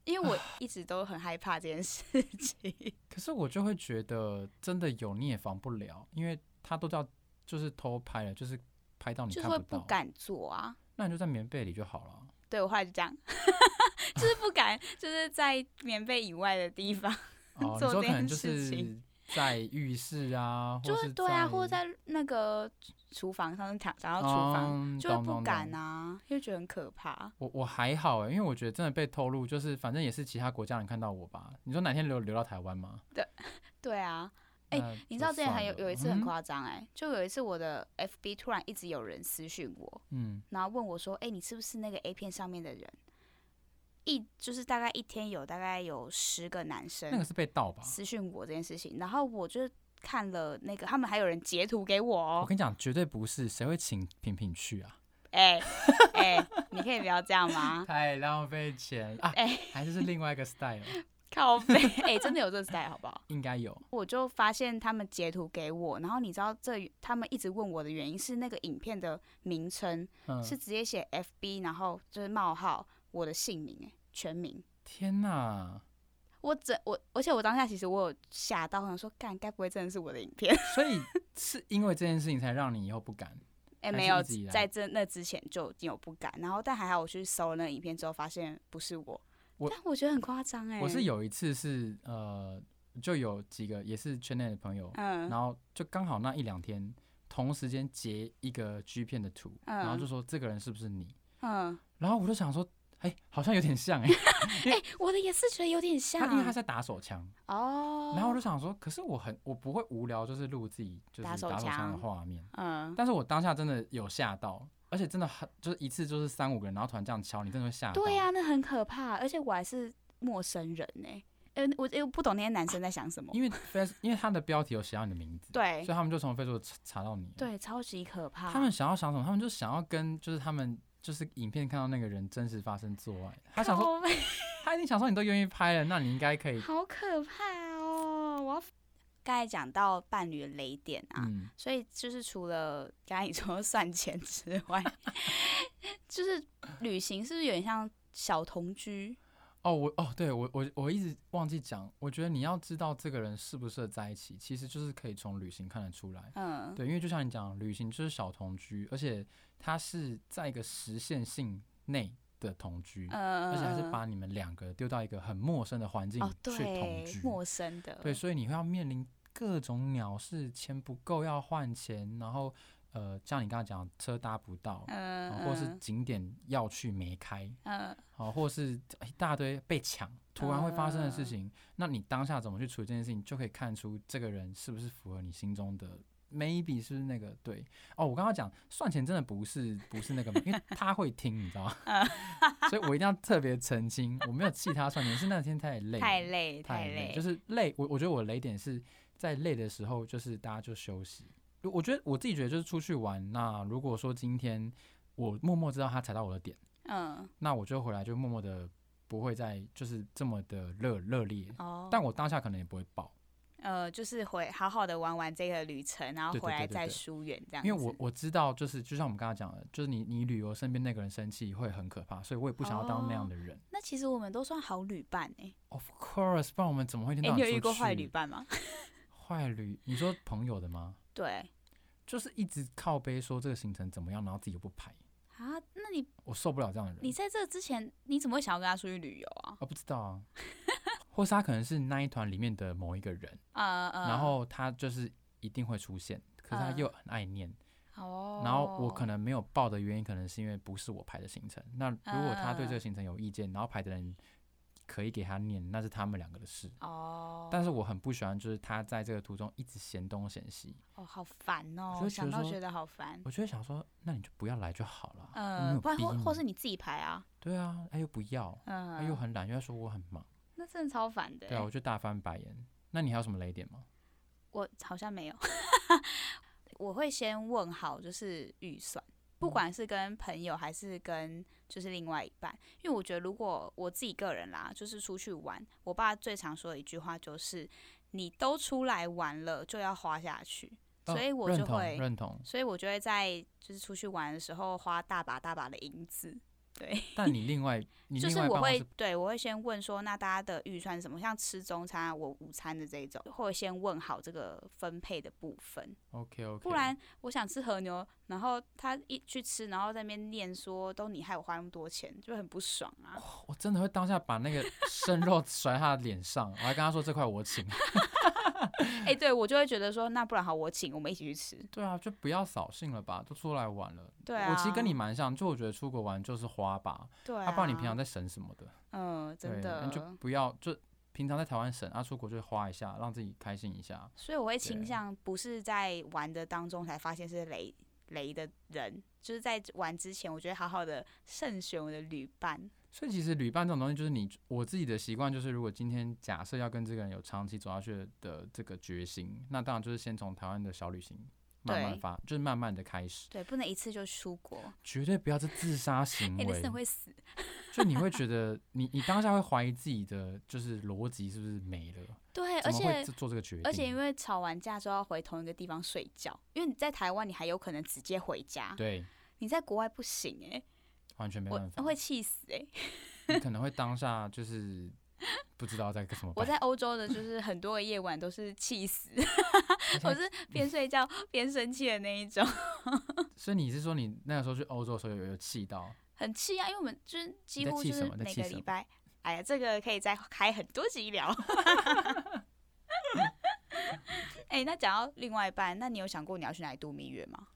因为我一直都很害怕这件事情。 可是我就会觉得真的有你也防不了，因为他都叫就是偷拍了，就是拍到你看就是会不到， 不敢做啊。 那你就在棉被里就好了。 对，我后来就这样，就是不敢，就是在棉被以外的地方哦，你做这件说可能就事情。 是在浴室啊，或就是对啊，或者在那个厨房上讲到厨房，就会不敢啊，就觉得很可怕。 我还好因为我觉得真的被透露，就是反正也是其他国家人看到我吧。你说哪天流到台湾吗？ 对啊，你知道之前有一次很夸张就有一次我的 FB 突然一直有人私讯我，然后问我说，你是不是那个 A 片上面的人？就是大概一天大概有10个男生， 那个是被盗吧？ 私讯我这件事情，然后我就看了那个，他们还有人截图给我哦。 我跟你讲，绝对不是，谁会请品品去啊？ 你可以不要这样吗？ 太浪费钱啊！还是另外一个 style。 靠背，真的有这个 style 好不好？ 应该有。 我就发现他们截图给我，然后你知道他们一直问我的原因是那个影片的名称是直接写 FB， 然后就是冒号我的姓名全名。 天哪！ 而且我当下其实我有吓到，我想说该不会真的是我的影片？ 所以是因为这件事情才让你以后不敢？ 没有，在那之前就已经有不敢，然后但还好我去搜了那个影片之后，发现不是我。但我觉得很夸张我是有一次是就有几个也是圈内的朋友，然后就刚好那1-2天同时间截一个 G 片的图，然后就说这个人是不是你？然后我就想说，好像有点像我的也是觉得有点像， 因为他在打手枪然后我就想说，可是我不会无聊，就是录自己就是打手枪的画面，但是我当下真的有吓到。而且真的就是一次就是3-5个人，然后突然这样敲，你真的会吓到。 对啊，那很可怕，而且我还是陌生人我又不懂那些男生在想什么。因为他的标题有写到你的名字， 对， 所以他们就从 Facebook 查到你。 对，超级可怕。 他们想要想什么？他们就想要跟就是他们就是影片看到那个人真实发生做爱，他想说，他一定想说你都愿意拍了，那你应该可以。 好可怕哦！我要。刚才讲到伴侣的雷点所以就是除了刚才你说算钱之外，就是旅行是不是有点像小同居？ 对我一直忘记讲，我觉得你要知道这个人适不适合在一起，其实就是可以从旅行看得出来。对，因为就像你讲，旅行就是小同居，而且它是在一个实现性内的同居，而且还是把你们2个丢到一个很陌生的环境去同居， 陌生的。 对，所以你会要面临各种鸟事，钱不够要换钱，然后像你刚刚讲车搭不到，或是景点要去没开，或是一大堆被抢，突然会发生的事情，那你当下怎么去处理这件事情，就可以看出这个人是不是符合你心中的。maybe 是不是那个对我刚刚讲算钱真的不是那个，因为他会听，你知道吗？所以我一定要特别澄清，我没有气他算钱，是那天太累，就是累。我觉得我的雷点是在累的时候，就是大家就休息。我觉得我自己觉得就是出去玩，那如果说今天我默默知道他踩到我的点，那我就回来就默默的不会再就是这么的热烈，但我当下可能也不会爆。 就是会好好的玩完这个旅程，然后回来再疏远这样子。 因为我知道，就像我们刚刚讲的，就是你旅游身边那个人生气会很可怕，所以我也不想要当那样的人。 那其实我们都算好旅伴 Of course， 不然我们怎么会听到你有遇过坏旅伴吗？ 坏旅？你说朋友的吗？ 对， 就是一直靠背说这个行程怎么样，然后自己又不排。 那我受不了这样的人。 你在这之前，你怎么会想要跟他出去旅游啊？ 我不知道啊。或是他可能是那一团里面的某一个人，然后他就是一定会出现，可是他又很爱念，然后我可能没有报的原因，可能是因为不是我排的行程。那如果他对这个行程有意见，然后排的人可以给他念，那是他们2个的事。但是我很不喜欢，就是他在这个途中一直嫌东嫌西。 好烦哦！想到觉得好烦。 我就会想说，那你就不要来就好了， 不然或是你自己排啊。 对啊，他又不要，他又很懒，又在说我很忙。 那真的超烦的。 对啊，我就大翻白眼。那你还有什么雷点吗？ 我好像没有。我会先问好，就是预算，不管是跟朋友还是跟就是另外一半，因为我觉得如果我自己个人啦，就是出去玩，我爸最常说的一句话就是，你都出来玩了就要花下去。所以我就会认同， 所以我就会在就是出去玩的时候花大把大把的银子。 对， 但你另外就是一半我会先问说，那大家的预算是什么？像吃中餐，我午餐的这一种，会先问好这个分配的部分。 OK， 不然我想吃和牛，然后他一去吃，然后在那边念说都你害我花那么多钱，就很不爽啊。 我真的会当下把那个生肉甩他的脸上，我还跟他说这块我请。 对我就会觉得说，那不然好，我请，我们一起去吃。 对啊，就不要扫兴了吧，都出来玩了。 对啊， 我其实跟你蛮像，就我觉得出国玩就是花吧， 对啊， 不然你平常在省什么的？ 真的， 你就不要就平常在台湾省啊，出国就花一下，让自己开心一下。 所以我会倾向不是在玩的当中才发现是雷的人，就是在玩之前，我觉得好好的慎选我的旅伴。 所以其实旅伴这种东西，就是我自己的习惯，就是如果今天假设要跟这个人有长期走下去的这个决心，那当然就是先从台湾的小旅行慢慢就是慢慢的开始。 对，不能一次就出国， 绝对不要是自杀行为。 真的会死。 就你会觉得你当下会怀疑自己的就是逻辑是不是没了？ 对， 怎么会做这个决定？ 而且因为吵完架之后要回同一个地方睡觉，因为你在台湾你还有可能直接回家， 对， 你在国外不行完全没办法， 我会气死你可能会当下就是不知道在干什么。 我在欧洲的就是很多个夜晚都是气死，我是边睡觉边生气的那一种。 所以你是说你那个时候去欧洲的时候有气到？ 很气啊，因为我们就是几乎就是每个礼拜，哎呀，这个可以再开很多集聊。那讲到另外一半，那你有想过你要去哪里度蜜月吗？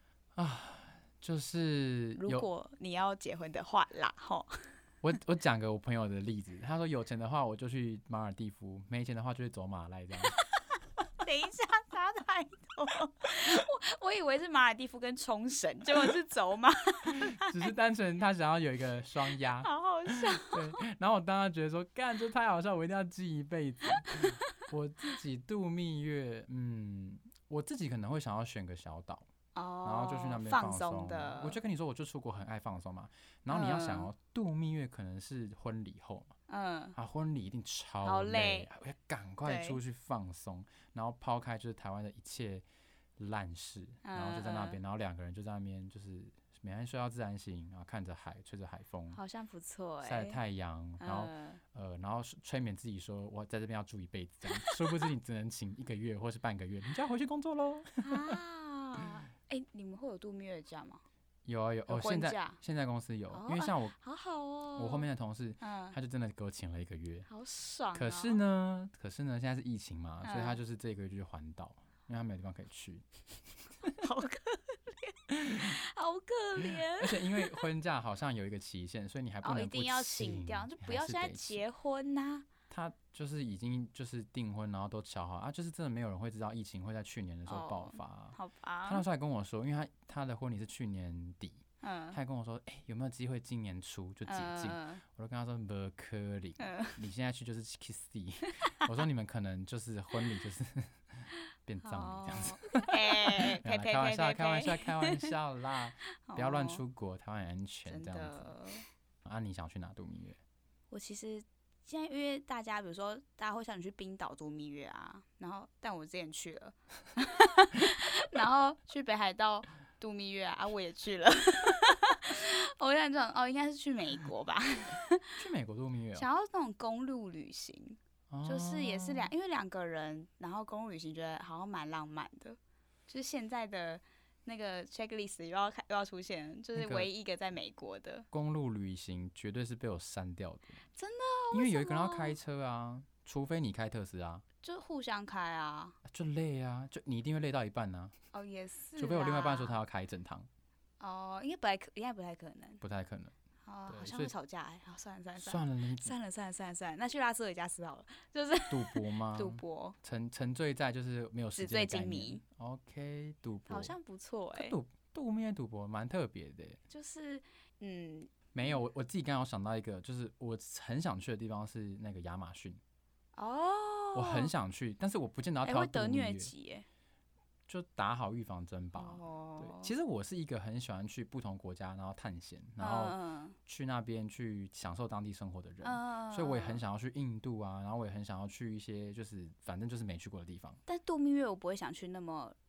就是如果你要结婚的话啦，吼。 我讲个我朋友的例子，他说有钱的话我就去马尔地夫，没钱的话就去走马来这样。 等一下，差太多。我以为是马尔地夫跟冲绳，结果是走马。 只是单纯他想要有一个双押， 好好笑。 对，然后我当时觉得说，干这太好笑，我一定要记一辈子。我自己度蜜月，我自己可能会想要选个小岛。然后就去那边放松的。 我就跟你说，我就出国很爱放松嘛。然后你要想度蜜月可能是婚礼后嘛，婚礼一定超累，我要赶快出去放松，然后抛开就是台湾的一切烂事，然后就在那边，然后两个人就在那边就是每天睡到自然醒，然后看着海，吹着海风， 好像不错晒太阳，然后催眠自己说我在这边要住一辈子这样，殊不知你只能请1个月或是半个月，你就要回去工作咯。 你们会有度蜜月假吗？ 有啊有现在公司有，因为像我好好哦， 我后面的同事，他就真的给我请了1个月， 好爽。 可是呢，现在是疫情嘛，所以他就是这1个月就去环岛，因为他没有地方可以去。 好可怜，好可怜。 而且因为婚假好像有一个期限，所以你还不能一定要请掉，就不要现在结婚呐。 他就是已经就是订婚，然后都敲好啊，就是真的没有人会知道疫情会在去年的时候爆发。 好吧。 他那时候还跟我说，因为他的婚礼是去年底，他还跟我说，有没有机会今年初就解禁？我就跟他说不可能，你现在去就是 kiss D。我说你们可能就是婚礼就是变葬礼这样子。开玩笑啦，不要乱出国，台湾很安全这样子。你想去哪度蜜月？ 我其实。现在因为大家，比如说大家会想去冰岛度蜜月啊，但我之前去了，然后去北海道度蜜月啊，我也去了。我想应该是去美国吧。 去美国度蜜月想要那种公路旅行，就是也是因为2个人，然后公路旅行觉得好像蛮浪漫的，就是现在的。那个 checklist 又要出现，就是唯一一个在美国的公路旅行，绝对是被我删掉的。 真的？ 因为有一个人要开车啊，除非你开特斯拉， 就互相开啊， 就累啊，就你一定会累到一半啊。 也是。 除非我另外一半说他要开整趟。 应该不太可能。 不太可能。 好像会吵架好，算了，那去拉斯维加斯好了，就是赌博吗？ 赌博， 沉醉在就是没有时间的概念。 纸醉金迷。 OK， 赌博好像不错度蜜月赌博蛮特别的。 就是没有，我自己刚刚有想到一个，就是我很想去的地方是那个亚马逊。我很想去，但是我不见得要挑度蜜月。 会得疟疾就打好预防针吧。对，其实我是一个很喜欢去不同国家，然后探险，然后去那边去享受当地生活的人，所以我也很想要去印度啊，然后我也很想要去一些就是反正就是没去过的地方。 但度蜜月我不会想去那么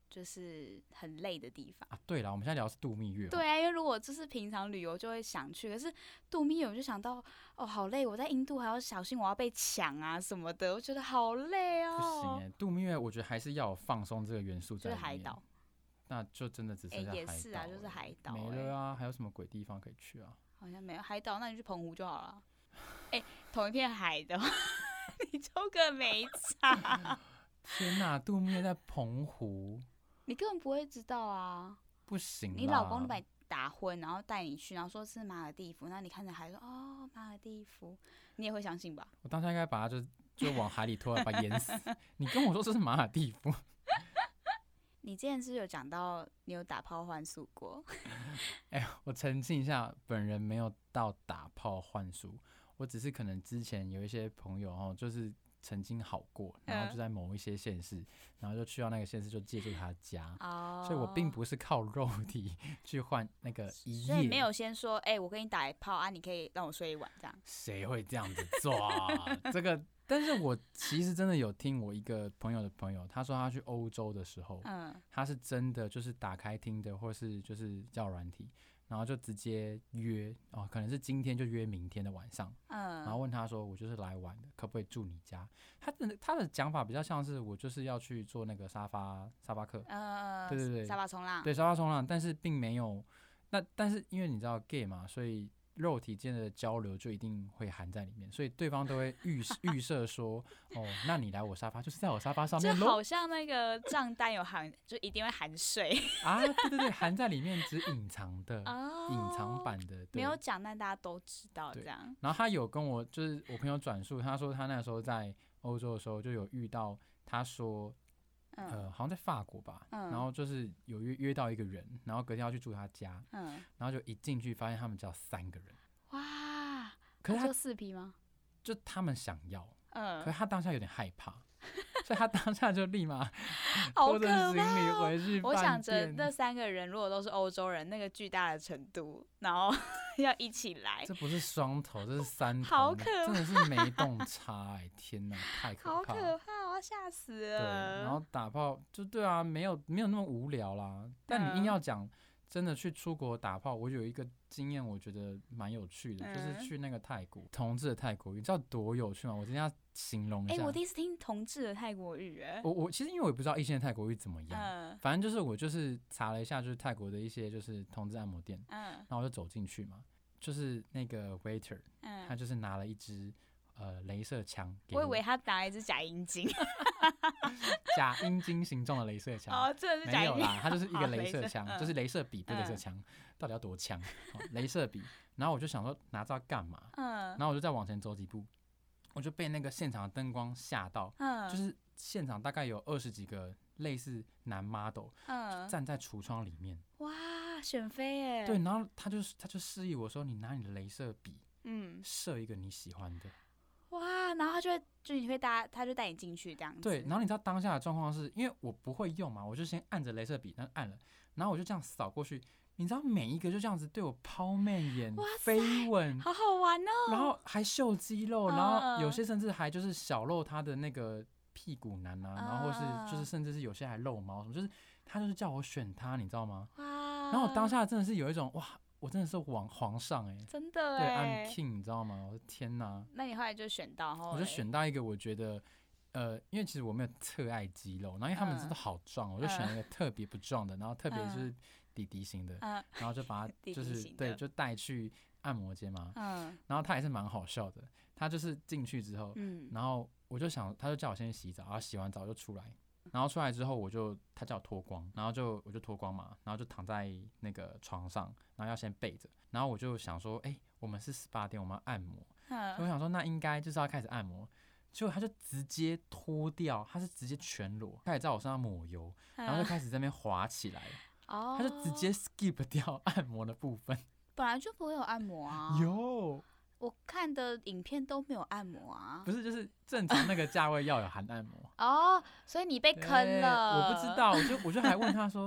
就是很累的地方啊。对了，我们现在聊的是度蜜月。 对啊，因为如果就是平常旅游就会想去，可是度蜜月我就想到哦，好累，我在印度还要小心我要被抢啊什么的，我觉得好累哦。 不行哎，度蜜月我觉得还是要有放松这个元素在里面。 就是海岛， 那就真的只剩下海岛。 也是啊，就是海岛没了啊，还有什么鬼地方可以去啊？ 好像没有海岛，那你去澎湖就好了。同一片海的话，你就更没差。 天哪，度蜜月在澎湖， 你根本不会知道啊。 不行啦。 你老公就把你打昏，然后带你去，然后说是马尔地夫，那你看着海说哦马尔地夫，你也会相信吧？ 我当时应该把他就往海里拖，把他淹死。你跟我说这是马尔地夫。 你之前是不是有讲到你有打炮换宿过？ 我澄清一下，本人没有到打炮换宿，我只是可能之前有一些朋友就是曾经好过，然后就在某一些县市，然后就去到那个县市就借住他家，所以我并不是靠肉体去换那个一夜， 所以没有先说我跟你打一炮啊，你可以让我睡一晚这样。 谁会这样子做啊？这个，但是我其实真的有听我一个朋友的朋友，他说他去欧洲的时候，他是真的就是打开Tinder或是就是交友软体，然后就直接约可能是今天就约明天的晚上，然后问他说我就是来玩的，可不可以住你家？他的讲法比较像是我就是要去做那个沙发客，对对对， 沙发冲浪， 对沙发冲浪，但是并没有但是因为你知道 gay 嘛，所以肉体间的交流就一定会含在里面，所以对方都会预设说那你来我沙发就是在我沙发上面咯， 就好像那个账单有含，就一定会含税啊，对对对，含在里面，只隐藏的，隐藏版的， 没有讲，但大家都知道这样。 然后他有跟我，就是我朋友转述，他说他那时候在欧洲的时候就有遇到，他说好像在法国吧，然后就是有约到一个人，然后隔天要去住他家，然后就一进去发现他们家有3个人， 哇， 可是他就4P 吗？ 就他们想要，可是他当下有点害怕，所以他当下就立马拖着行李回去饭店。 我想着那3个人如果都是欧洲人，那个巨大的程度，然后要一起来， 这不是双头，这是3头， 好可怕， 真的是没洞差天哪，太可怕了， 好可怕，我要吓死了。 对，然后打炮就对啊，没有那么无聊啦。但你硬要讲真的去出国打炮，我有一个经验，我觉得蛮有趣的，就是去那个泰国同志的泰国浴，你知道多有趣吗？我今天要形容一下。 我第一次听同志的泰国浴， 我其实因为我也不知道异性的泰国浴怎么样，反正就是我就是查了一下，就是泰国的一些就是同志按摩店，然后我就走进去嘛，就是那个 waiter，他就是拿了一支雷射枪给我， 以为他拿了一支假阴茎， 假阴茎形状的雷射枪， 真的是假阴茎， 没有啦，它就是一个雷射枪，就是雷射笔，不是雷射枪，到底要多枪？雷射笔，然后我就想说拿这要干嘛？然后我就再往前走几步，我就被那个现场的灯光吓到，就是现场大概有20几个类似男 model，站在橱窗里面， 哇，选妃耶！ 对，然后他就示意我说，你拿你的雷射笔，射一个你喜欢的。 哇，然后他就带你进去这样子。 对，然后你知道当下的状况是因为我不会用嘛，我就先按着雷射笔，然后按了，然后我就这样扫过去，你知道每一个就这样子对我抛媚眼、飞吻， 好好玩哦。 然后还秀肌肉，然后有些甚至还就是小露他的那个屁股男啊，然后或是就是甚至是有些还露毛什么，就是他就是叫我选他，你知道吗？哇！然后我当下真的是有一种哇。我真的是皇上真的对 I'm king， 你知道吗？我的天哪！ 那你后来就选到， 我就选到一个我觉得，因为其实我没有特爱肌肉，然后因为他们真的好壮，我就选了一个特别不壮的，然后特别就是弟弟型的，然后就把他就是对，就带去按摩间嘛，然后他也是蛮好笑的，他就是进去之后，然后我就想，他就叫我先去洗澡，然后洗完澡就出来。然后出来之后，他叫我脱光，然后我就脱光嘛，然后就躺在那个床上，然后要先背着，然后我就想说，我们是SPA店，我们要按摩，所以我想说那应该就是要开始按摩，结果他就直接脱掉，他是直接全裸，开始在我身上抹油，然后就开始在那边滑起来，他就直接 skip 掉按摩的部分， 本来就不会有按摩啊， 有。 我看的影片都没有按摩啊， 不是，就是正常那个价位要有含按摩所以你被坑了。 我不知道，我就还问他说，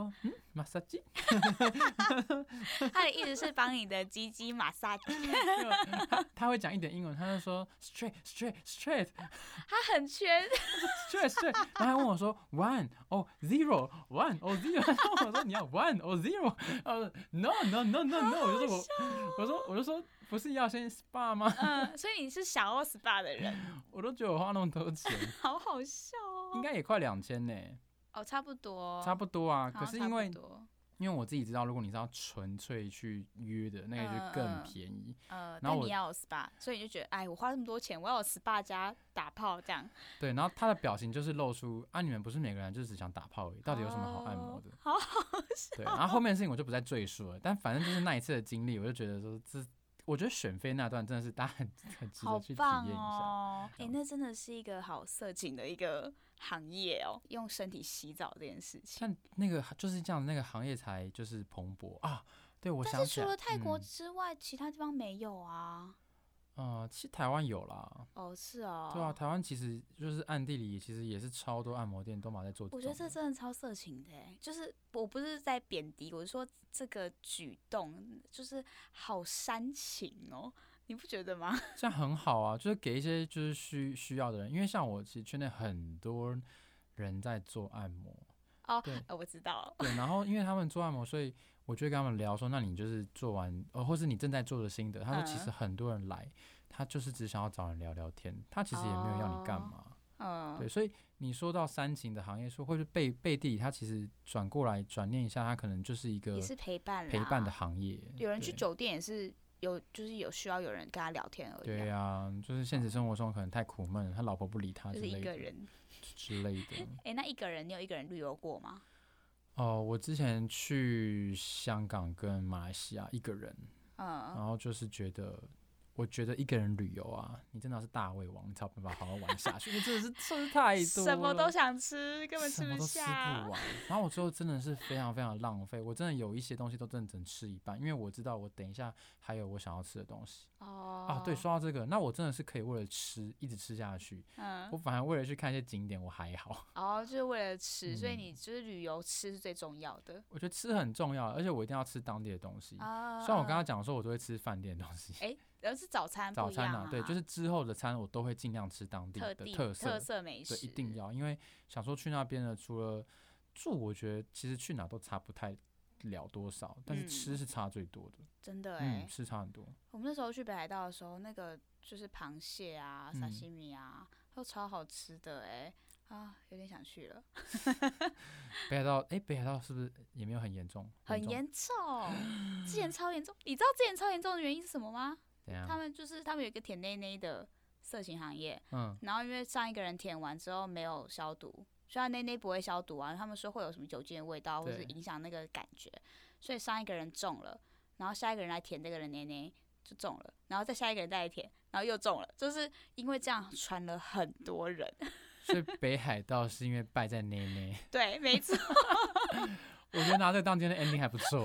马杀鸡， 他的意思是帮你的鸡鸡马杀鸡。 他会讲一点英文，他就说 straight， 他很全。 straight，然后还问我说 one or zero，one or zero， 然后我说你要 one or zero， no， 我就说不是要先 spa 吗？ 所以你是想要 spa 的人。 我都觉得我花那么多钱， 好好笑哦。 应该也快2000呢。 哦，差不多。 差不多啊，可是因为我自己知道，如果你是要纯粹去约的，那个就更便宜。 然后你要有 SPA， 所以你就觉得，哎，我花这么多钱，我要有 SPA 加打炮这样。 对，然后他的表情就是露出啊，你们不是每个人就是只想打炮而已，到底有什么好按摩的？ 好好笑。 对，然后后面的事情我就不再赘述了，但反正就是那一次的经历，我就觉得说我觉得选妃那段真的是大家很值得去体验一下。 那真的是一个好色情的一个行业哦，用身体洗澡这件事情。 但那个就是这样，那个行业才就是蓬勃啊。对，我想起来。 但是除了泰国之外，其他地方没有啊。 其实台湾有啦。 哦，是哦。 对啊，台湾其实就是暗地里其实也是超多按摩店都嘛在做这种。 我觉得这真的超色情的，就是我不是在贬低，我是说这个举动就是好煽情哦。你不觉得吗？ 这样很好啊，就是给一些就是需要的人，因为像我其实圈内很多人在做按摩。对， 我知道。 对，然后因为他们做按摩，所以我就会跟他们聊说，那你就是做完或是你正在做的心得。他说其实很多人来，他就是只想要找人聊聊天，他其实也没有要你干嘛。对，所以你说到煽情的行业，说或是背地里，他其实转过来转念一下，他可能就是一个也是陪伴的行业。 有人去酒店也是。就是有需要有人跟他聊天而已。 对啊，就是现实生活中可能太苦闷了，他老婆不理他之类的， 就是一个人之类的。 那一个人，你有一个人旅游过吗？ 我之前去香港跟马来西亚一个人，然后就是我觉得一个人旅游啊，你真的是大胃王，你才有办法好好玩下去。你真的是吃太多了， 什么都想吃，根本吃不下， 什么都吃不完。然后我最后真的是非常非常浪费，我真的有一些东西都真的只能吃一半，因为我知道我等一下还有我想要吃的东西。对，说到这个，那我真的是可以为了吃一直吃下去。我反而为了去看一些景点，我还好。 就是为了吃，所以你就是旅游吃是最重要的。 我觉得吃很重要，而且我一定要吃当地的东西。虽然我刚刚讲说，我都会吃饭店的东西。 而是早餐不一样对，就是之后的餐我都会尽量吃当地的特色美食。 对，一定要，因为想说去那边呢，除了住，我觉得其实去哪都差不太了多少，但是吃是差最多的。 真的吃差很多。我们那时候去北海道的时候，那个就是螃蟹啊、沙西米啊，都超好吃的有点想去了。 北海道是不是也没有很严重？ 很严重，之前超严重。你知道之前超严重的原因是什么吗？他们有一个舔内内的色情行业，然后因为上一个人舔完之后没有消毒，虽然内内不会消毒啊，他们说会有什么酒精的味道，或是影响那个感觉，所以上一个人中了，然后下一个人来舔这个人内内就中了，然后再下一个人再来舔，然后又中了，就是因为这样传了很多人。 所以北海道是因为败在内内。 对，没错。 我觉得拿这个当今天的 ending 还不错。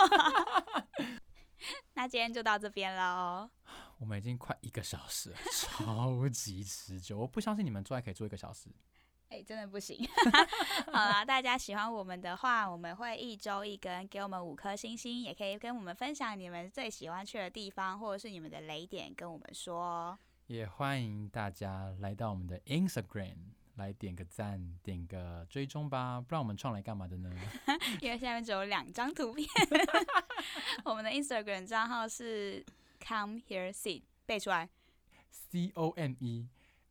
那今天就到这边喽。 我们已经快1个小时了，超级持久。我不相信你们做爱可以做1个小时。 真的不行。好啦，大家喜欢我们的话，我们会1周1更，给我们5颗星星，也可以跟我们分享你们最喜欢去的地方，或者是你们的雷点跟我们说哦。 也欢迎大家来到我们的 Instagram 来点个赞，点个追踪吧，不然我们创来干嘛的呢？ 因为下面只有2张图片。我们的 Instagram 账号是 Come Here Sit， 背出来 COMEHERESIT。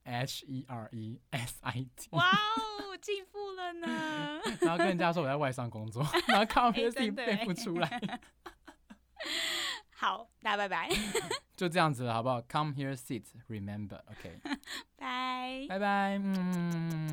哇哦，进步了呢。 然后跟人家说我在外商工作，然后 Come Here Sit 背不出来。 好，大家拜拜。 就这样子了，好不好？ Come here sit, remember, OK。 拜拜拜。